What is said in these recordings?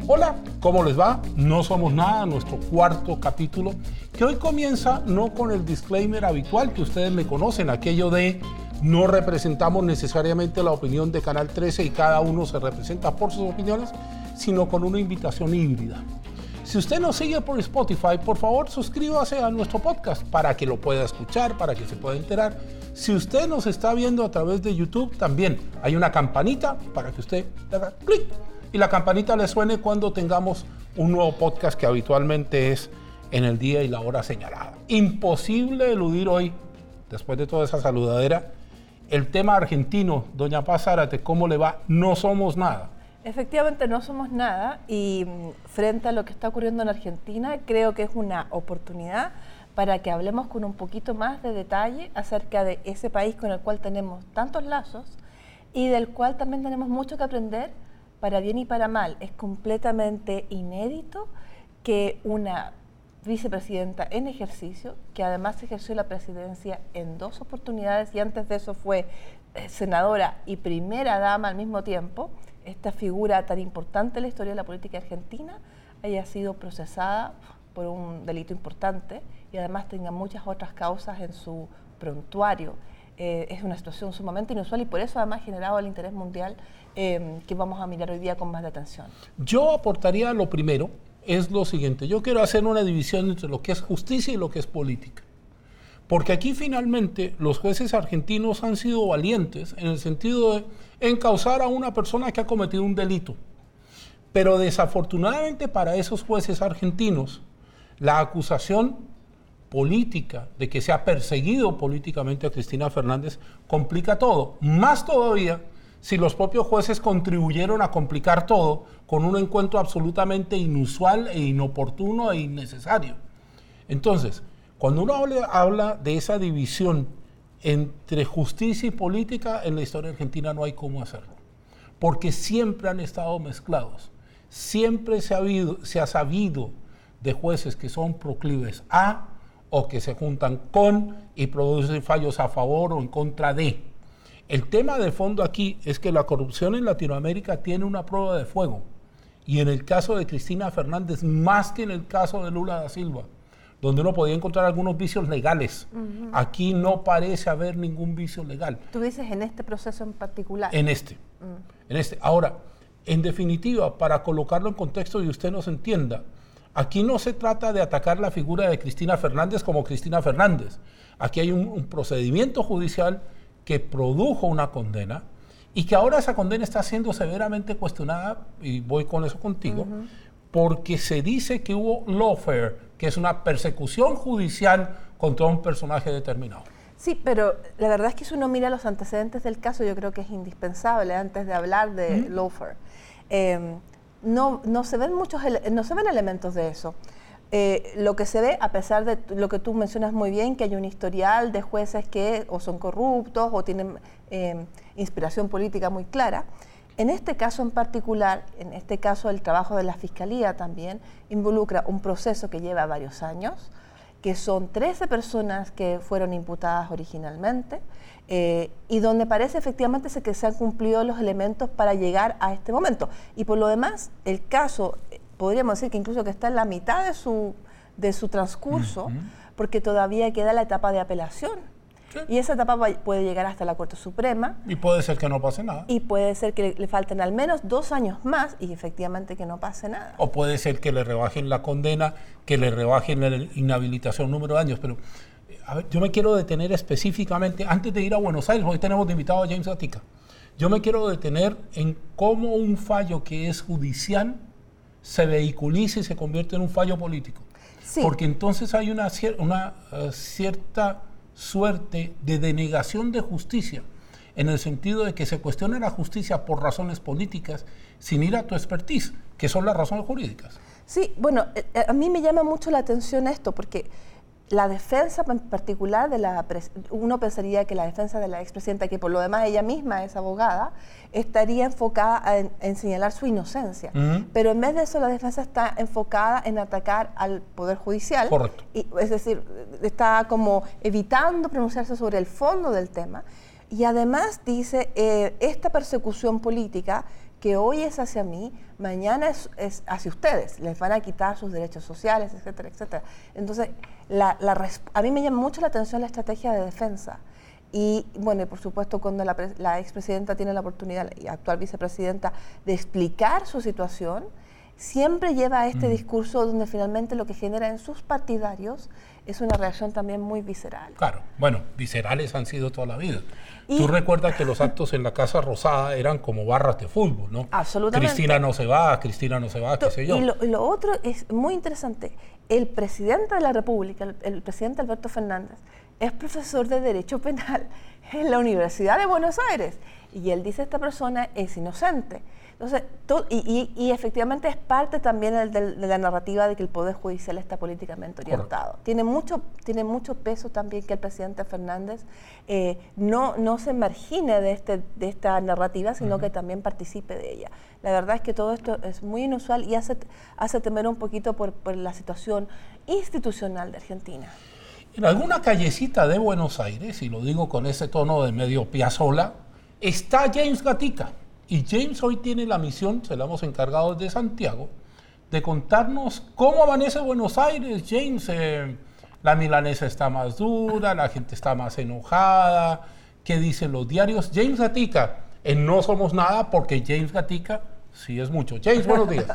Hola, ¿cómo les va? No somos nada, nuestro cuarto capítulo, que hoy comienza no con el disclaimer habitual que ustedes me conocen, aquello de no representamos necesariamente la opinión de Canal 13 y cada uno se representa por sus opiniones, sino con una invitación híbrida. Si usted nos sigue por Spotify, por favor suscríbase a nuestro podcast para que lo pueda escuchar, para que se pueda enterar. Si usted nos está viendo a través de YouTube, también hay una campanita para que usted le haga clic y la campanita le suene cuando tengamos un nuevo podcast que habitualmente es en el día y la hora señalada. Imposible eludir hoy, después de toda esa saludadera, el tema argentino. Doña Paz Zárate, ¿cómo le va? No somos nada. Efectivamente no somos nada y frente a lo que está ocurriendo en Argentina creo que es una oportunidad para que hablemos con un poquito más de detalle acerca de ese país con el cual tenemos tantos lazos y del cual también tenemos mucho que aprender para bien y para mal. Es completamente inédito que una vicepresidenta en ejercicio, que además ejerció la presidencia en 2 oportunidades y antes de eso fue senadora y primera dama al mismo tiempo, esta figura tan importante en la historia de la política argentina haya sido procesada por un delito importante y además tenga muchas otras causas en su prontuario. Es una situación sumamente inusual y por eso además ha generado el interés mundial que vamos a mirar hoy día con más atención. Yo aportaría lo primero, es lo siguiente. Yo quiero hacer una división entre lo que es justicia y lo que es política. Porque aquí finalmente los jueces argentinos han sido valientes en el sentido de encausar a una persona que ha cometido un delito. Pero desafortunadamente para esos jueces argentinos, la acusación política de que se ha perseguido políticamente a Cristina Fernández complica todo. Más todavía si los propios jueces contribuyeron a complicar todo con un encuentro absolutamente inusual e inoportuno e innecesario. Entonces, cuando uno habla de esa división entre justicia y política, en la historia argentina no hay cómo hacerlo, porque siempre han estado mezclados. Siempre se ha sabido de jueces que son proclives a o que se juntan con y producen fallos a favor o en contra de. El tema de fondo aquí es que la corrupción en Latinoamérica tiene una prueba de fuego, y en el caso de Cristina Fernández, más que en el caso de Lula da Silva, donde uno podía encontrar algunos vicios legales. Aquí no parece haber ningún vicio legal. ¿Tú dices en este proceso en particular? En este. Ahora, en definitiva, para colocarlo en contexto y usted nos entienda, aquí no se trata de atacar la figura de Cristina Fernández como Cristina Fernández. Aquí hay un procedimiento judicial que produjo una condena y que ahora esa condena está siendo severamente cuestionada, y voy con eso contigo, porque se dice que hubo lawfare, que es una persecución judicial contra un personaje determinado. Sí, pero la verdad es que si uno mira los antecedentes del caso, yo creo que es indispensable antes de hablar de lawfare. No se ven elementos de eso. Lo que se ve, a pesar de lo que tú mencionas muy bien, que hay un historial de jueces que o son corruptos o tienen inspiración política muy clara. En este caso en particular, en este caso el trabajo de la Fiscalía también involucra un proceso que lleva varios años, que son 13 personas que fueron imputadas originalmente y donde parece efectivamente que se han cumplido los elementos para llegar a este momento. Y por lo demás, el caso, podríamos decir que incluso que está en la mitad de su transcurso, porque todavía queda la etapa de apelación. Sí. Y esa etapa puede llegar hasta la Corte Suprema. Y puede ser que no pase nada. Y puede ser que le falten al menos 2 años más y efectivamente que no pase nada. O puede ser que le rebajen la condena, que le rebajen la inhabilitación número de años. Pero a ver, yo me quiero detener específicamente, antes de ir a Buenos Aires, hoy tenemos de invitado a James Gatica. Yo me quiero detener en cómo un fallo que es judicial se vehiculiza y se convierte en un fallo político. Sí. Porque entonces hay una cierta suerte de denegación de justicia, en el sentido de que se cuestiona la justicia por razones políticas sin ir a tu expertise, que son las razones jurídicas. Sí, bueno, a mí me llama mucho la atención esto, porque la defensa en particular uno pensaría que la defensa de la expresidenta, que por lo demás ella misma es abogada, estaría enfocada en señalar su inocencia. Pero en vez de eso la defensa está enfocada en atacar al Poder Judicial. Correcto. Es decir, está como evitando pronunciarse sobre el fondo del tema. Y además dice, esta persecución política que hoy es hacia mí, mañana es hacia ustedes. Les van a quitar sus derechos sociales, etcétera, etcétera. Entonces, a mí me llama mucho la atención la estrategia de defensa. Y bueno, por supuesto, cuando la expresidenta tiene la oportunidad, y actual vicepresidenta, de explicar su situación, siempre lleva a este discurso donde finalmente lo que genera en sus partidarios es una reacción también muy visceral. Claro, bueno, viscerales han sido toda la vida. Tú recuerdas que los actos en la Casa Rosada eran como barras de fútbol, ¿no? Absolutamente. Cristina no se va, qué sé yo. Y lo otro es muy interesante. El presidente de la República, el presidente Alberto Fernández, es profesor de Derecho Penal en la Universidad de Buenos Aires. Y él dice, esta persona es inocente. Entonces, y efectivamente es parte también de la narrativa de que el Poder Judicial está políticamente orientado. Tiene mucho peso también que el presidente Fernández no se margine de esta narrativa, sino que también participe de ella. La verdad es que todo esto es muy inusual y hace temer un poquito por la situación institucional de Argentina. En alguna callecita de Buenos Aires, y lo digo con ese tono de medio Piazzolla, está James Gatica. Y James hoy tiene la misión, se la hemos encargado desde Santiago, de contarnos cómo amanece Buenos Aires. James, la milanesa está más dura, la gente está más enojada, ¿qué dicen los diarios? James Gatica, en No Somos Nada, porque James Gatica sí es mucho. James, buenos días.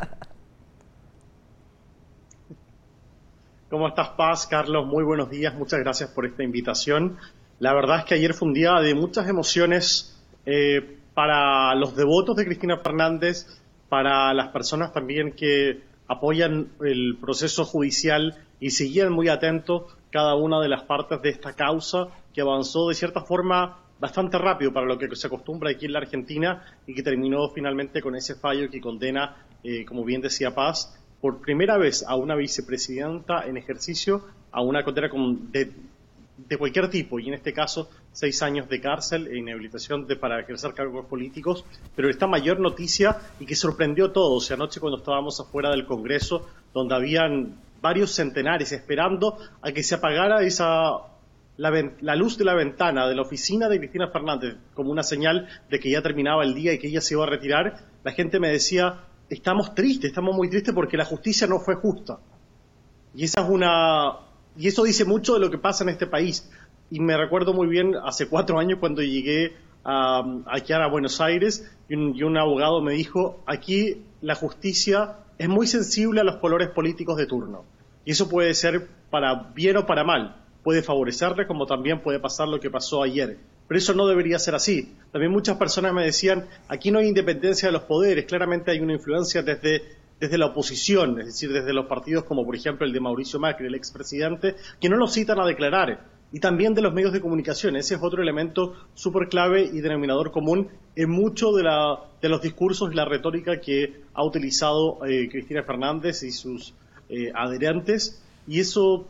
¿Cómo estás, Paz? Carlos, muy buenos días, muchas gracias por esta invitación. La verdad es que ayer fue un día de muchas emociones, para los devotos de Cristina Fernández, para las personas también que apoyan el proceso judicial y seguían muy atentos cada una de las partes de esta causa que avanzó de cierta forma bastante rápido para lo que se acostumbra aquí en la Argentina y que terminó finalmente con ese fallo que condena, como bien decía Paz, por primera vez a una vicepresidenta en ejercicio a una condena de cualquier tipo, y en este caso 6 años de cárcel e inhabilitación para ejercer cargos políticos. Pero esta mayor noticia, y que sorprendió a todos, anoche cuando estábamos afuera del Congreso, donde habían varios centenares esperando a que se apagara la luz de la ventana de la oficina de Cristina Fernández, como una señal de que ya terminaba el día y que ella se iba a retirar, la gente me decía, estamos muy tristes porque la justicia no fue justa. Y eso dice mucho de lo que pasa en este país. Y me recuerdo muy bien hace 4 años cuando llegué aquí a Buenos Aires y un abogado me dijo, aquí la justicia es muy sensible a los colores políticos de turno. Y eso puede ser para bien o para mal. Puede favorecerle como también puede pasar lo que pasó ayer. Pero eso no debería ser así. También muchas personas me decían, aquí no hay independencia de los poderes, claramente hay una influencia desde la oposición, es decir, desde los partidos como por ejemplo el de Mauricio Macri, el expresidente, que no lo citan a declarar, y también de los medios de comunicación. Ese es otro elemento súper clave y denominador común en muchos de los discursos y la retórica que ha utilizado Cristina Fernández y sus adherentes, y eso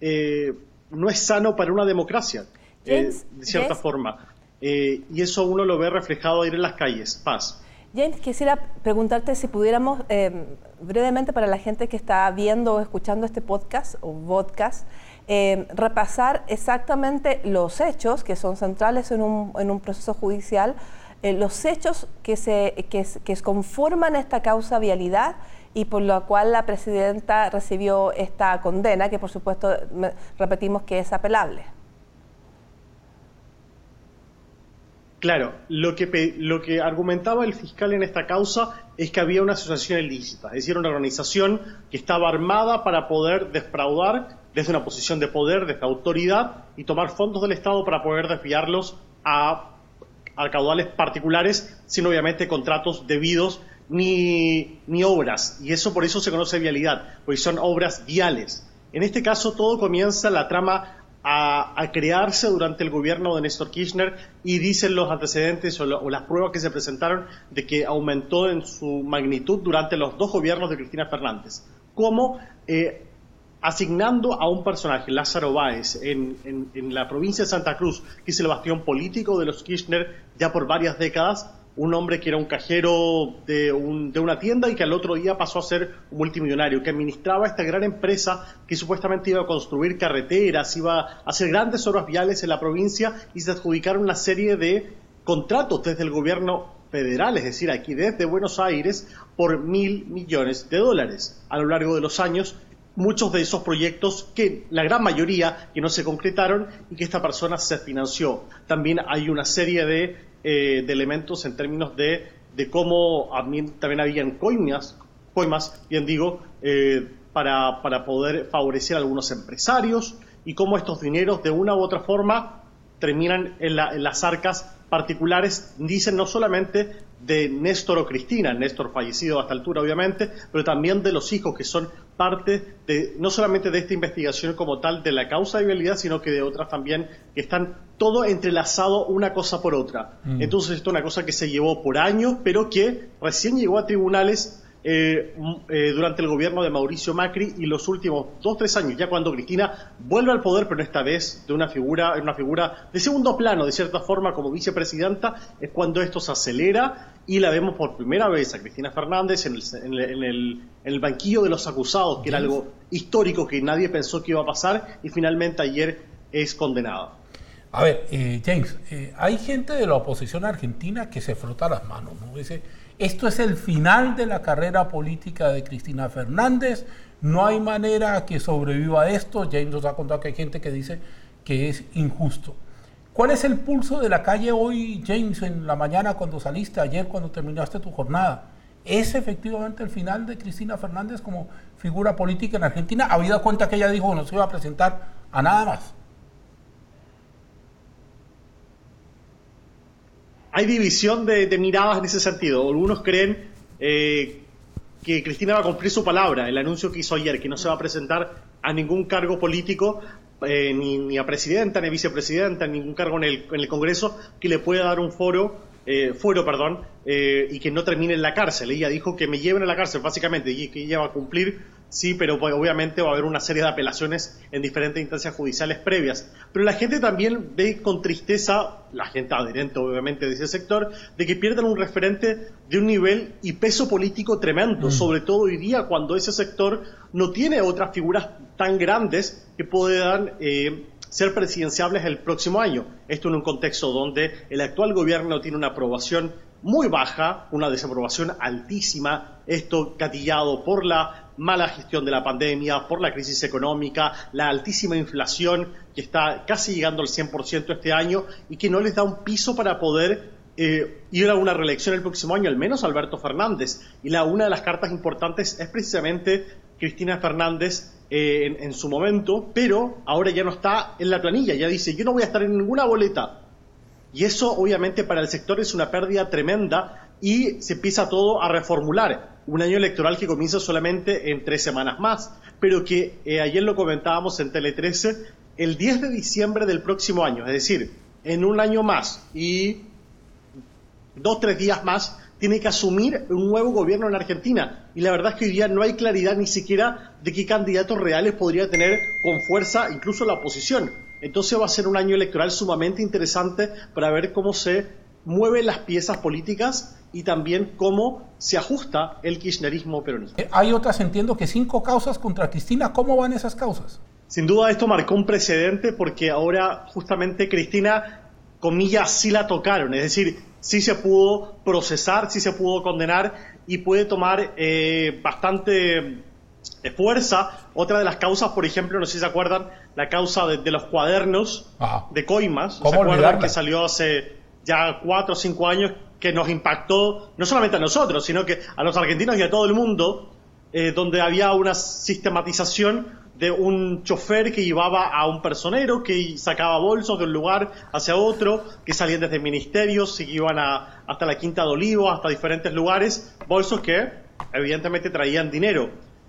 no es sano para una democracia, de cierta forma, y eso uno lo ve reflejado ayer en las calles. Paz. James, quisiera preguntarte si pudiéramos brevemente, para la gente que está viendo o escuchando este podcast o podcast, repasar exactamente los hechos que son centrales en un proceso judicial, los hechos que conforman esta causa vialidad y por lo cual la presidenta recibió esta condena, que por supuesto repetimos que es apelable. Claro, lo que argumentaba el fiscal en esta causa es que había una asociación ilícita, es decir, una organización que estaba armada para poder defraudar desde una posición de poder, desde autoridad, y tomar fondos del Estado para poder desviarlos a caudales particulares, sin obviamente contratos debidos ni obras. Y por eso se conoce vialidad, porque son obras viales. En este caso todo comienza la trama a crearse durante el gobierno de Néstor Kirchner, y dicen los antecedentes o las pruebas que se presentaron de que aumentó en su magnitud durante los 2 gobiernos de Cristina Fernández, como asignando a un personaje, Lázaro Báez, en la provincia de Santa Cruz, que es el bastión político de los Kirchner ya por varias décadas, un hombre que era un cajero de una tienda y que al otro día pasó a ser un multimillonario, que administraba esta gran empresa que supuestamente iba a construir carreteras, iba a hacer grandes obras viales en la provincia, y se adjudicaron una serie de contratos desde el gobierno federal, es decir, aquí desde Buenos Aires, por $1.000 millones a lo largo de los años. Muchos de esos proyectos, que la gran mayoría que no se concretaron y que esta persona se financió. También hay una serie de elementos en términos de cómo también habían coimas, bien digo, para poder favorecer a algunos empresarios, y cómo estos dineros de una u otra forma terminan en las arcas particulares, dicen, no solamente de Néstor o Cristina, Néstor fallecido a esta altura obviamente, pero también de los hijos, que son parte no solamente de esta investigación como tal de la causa de vialidad, sino que de otras también, que están todo entrelazado una cosa por otra. Entonces esto es una cosa que se llevó por años, pero que recién llegó a tribunales durante el gobierno de Mauricio Macri, y los últimos 2-3 años, ya cuando Cristina vuelve al poder, pero esta vez de una figura de segundo plano, de cierta forma, como vicepresidenta, es cuando esto se acelera y la vemos por primera vez a Cristina Fernández en el banquillo de los acusados, que era algo histórico que nadie pensó que iba a pasar, y finalmente ayer es condenada. A ver, James, hay gente de la oposición argentina que se frota las manos, ¿no? Dice, esto es el final de la carrera política de Cristina Fernández, no hay manera que sobreviva esto. James nos ha contado que hay gente que dice que es injusto. ¿Cuál es el pulso de la calle hoy, James, en la mañana cuando saliste, ayer cuando terminaste tu jornada? ¿Es efectivamente el final de Cristina Fernández como figura política en Argentina, habida cuenta que ella dijo que no se iba a presentar a nada más? Hay división de miradas en ese sentido. Algunos creen que Cristina va a cumplir su palabra, el anuncio que hizo ayer, que no se va a presentar a ningún cargo político, ni a presidenta, ni a vicepresidenta, ni ningún cargo en el Congreso que le pueda dar un fuero, y que no termine en la cárcel. Ella dijo que me lleven a la cárcel, básicamente, y que ella va a cumplir. Sí, pero pues, obviamente va a haber una serie de apelaciones en diferentes instancias judiciales previas. Pero la gente también ve con tristeza, la gente adherente obviamente de ese sector, de que pierdan un referente de un nivel y peso político tremendo, sobre todo hoy día cuando ese sector no tiene otras figuras tan grandes que puedan ser presidenciables el próximo año. Esto en un contexto donde el actual gobierno tiene una aprobación muy baja, una desaprobación altísima, esto gatillado por la mala gestión de la pandemia, por la crisis económica, la altísima inflación que está casi llegando al 100% este año, y que no les da un piso para poder ir a una reelección el próximo año, al menos Alberto Fernández. Y una de las cartas importantes es precisamente Cristina Fernández en su momento, pero ahora ya no está en la planilla, ya dice, yo no voy a estar en ninguna boleta. Y eso obviamente para el sector es una pérdida tremenda, y se empieza todo a reformular. Un año electoral que comienza solamente en 3 semanas más, pero que ayer lo comentábamos en Tele 13, el 10 de diciembre del próximo año, es decir, en un año más y 2-3 días más, tiene que asumir un nuevo gobierno en Argentina. Y la verdad es que hoy día no hay claridad ni siquiera de qué candidatos reales podría tener con fuerza incluso la oposición. Entonces va a ser un año electoral sumamente interesante para ver cómo se mueven las piezas políticas y también cómo se ajusta el kirchnerismo peronismo. Hay otras, entiendo que 5 causas contra Cristina. ¿Cómo van esas causas? Sin duda esto marcó un precedente, porque ahora justamente Cristina, comillas, sí la tocaron, es decir, sí se pudo procesar, sí se pudo condenar, y puede tomar bastante fuerza. Otra de las causas, por ejemplo, no sé si se acuerdan, la causa de los cuadernos de coimas, ¿se acuerdan? Que salió hace ya 4 o 5 años, que nos impactó no solamente a nosotros, sino que a los argentinos y a todo el mundo, donde había una sistematización de un chofer que llevaba a un personero que sacaba bolsos de un lugar hacia otro, que salían desde ministerios y que iban hasta la Quinta de Olivos, hasta diferentes lugares, bolsos que evidentemente traían dinero.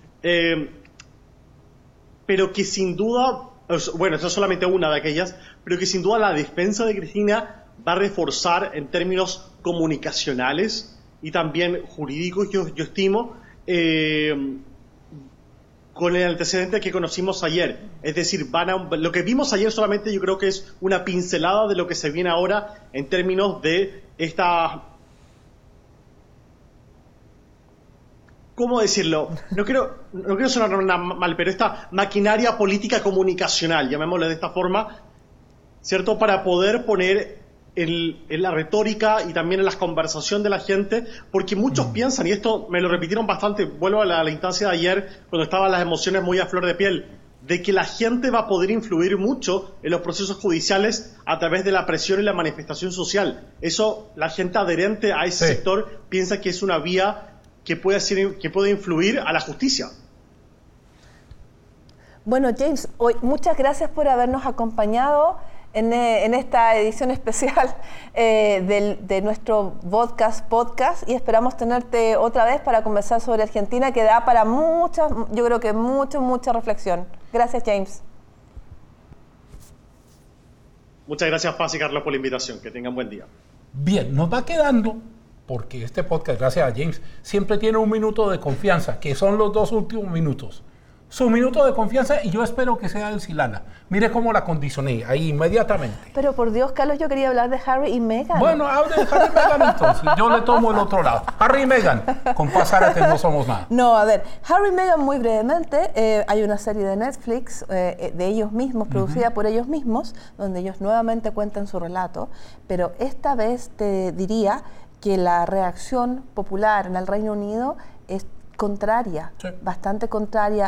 Pero que sin duda, bueno, esa es solamente una de aquellas, pero que sin duda la defensa de Cristina va a reforzar en términos comunicacionales y también jurídicos, yo estimo, con el antecedente que conocimos ayer. Es decir, lo que vimos ayer solamente yo creo que es una pincelada de lo que se viene ahora en términos de esta... ¿Cómo decirlo? No quiero sonar mal, pero esta maquinaria política comunicacional, llamémosle de esta forma, ¿cierto? Para poder poner en la retórica y también en la conversación de la gente, porque muchos piensan, y esto me lo repitieron bastante, vuelvo a la instancia de ayer, cuando estaban las emociones muy a flor de piel, de que la gente va a poder influir mucho en los procesos judiciales a través de la presión y la manifestación social. Eso, la gente adherente a ese sector piensa que es una vía que puede influir a la justicia. Bueno, James, hoy muchas gracias por habernos acompañado en esta edición especial de nuestro podcast, y esperamos tenerte otra vez para conversar sobre Argentina, que da para mucha reflexión. Gracias, James. Muchas gracias, Paz y Carlos, por la invitación. Que tengan buen día. Bien, nos va quedando, porque este podcast, gracias a James, siempre tiene un minuto de confianza, que son los 2 últimos minutos. Su minuto de confianza, y yo espero que sea el Silana. Mire cómo la condicioné ahí inmediatamente. Pero por Dios, Carlos, yo quería hablar de Harry y Meghan. Bueno, hable de Harry y Meghan entonces. Yo le tomo el otro lado. Harry y Meghan, con Paz Zárate no somos nada. No, a ver, Harry y Meghan muy brevemente, hay una serie de Netflix de ellos mismos, producida por ellos mismos, donde ellos nuevamente cuentan su relato, pero esta vez te diría que la reacción popular en el Reino Unido es contraria, bastante contraria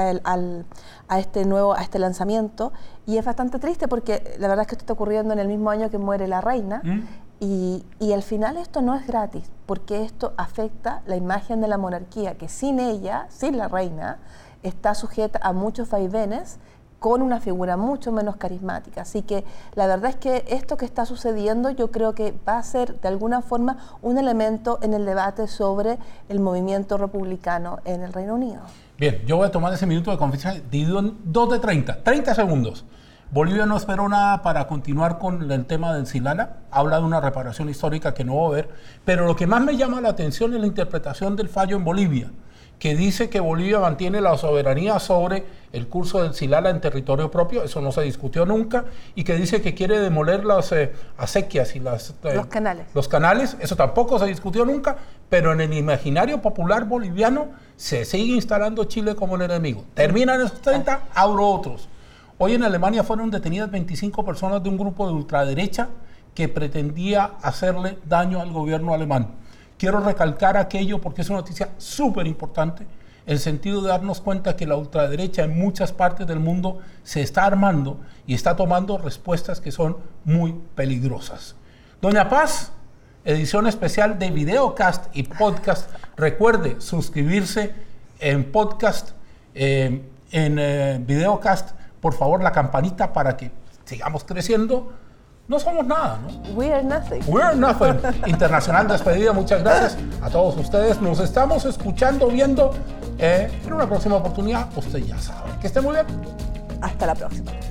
a este lanzamiento, y es bastante triste porque la verdad es que esto está ocurriendo en el mismo año que muere la reina, y al final esto no es gratis, porque esto afecta la imagen de la monarquía, que sin ella, sin la reina, está sujeta a muchos vaivenes, con una figura mucho menos carismática. Así que la verdad es que esto que está sucediendo yo creo que va a ser de alguna forma un elemento en el debate sobre el movimiento republicano en el Reino Unido. Bien, yo voy a tomar ese minuto de confianza dividido en 2 de 30 segundos. Bolivia no esperó nada para continuar con el tema del Silana, habla de una reparación histórica que no va a haber, pero lo que más me llama la atención es la interpretación del fallo en Bolivia, que dice que Bolivia mantiene la soberanía sobre el curso del Silala en territorio propio, eso no se discutió nunca, y que dice que quiere demoler las acequias y los canales, eso tampoco se discutió nunca, pero en el imaginario popular boliviano se sigue instalando Chile como el enemigo. Terminan esos 30, abro otros. Hoy en Alemania fueron detenidas 25 personas de un grupo de ultraderecha que pretendía hacerle daño al gobierno alemán. Quiero recalcar aquello porque es una noticia súper importante, en el sentido de darnos cuenta que la ultraderecha en muchas partes del mundo se está armando y está tomando respuestas que son muy peligrosas. Doña Paz, edición especial de Videocast y Podcast. Recuerde suscribirse en Podcast, en Videocast, por favor, la campanita para que sigamos creciendo. No somos nada, ¿no? We are nothing. We are nothing. Internacional despedida, muchas gracias a todos ustedes. Nos estamos escuchando, viendo en una próxima oportunidad. Usted ya sabe. Que esté muy bien. Hasta la próxima.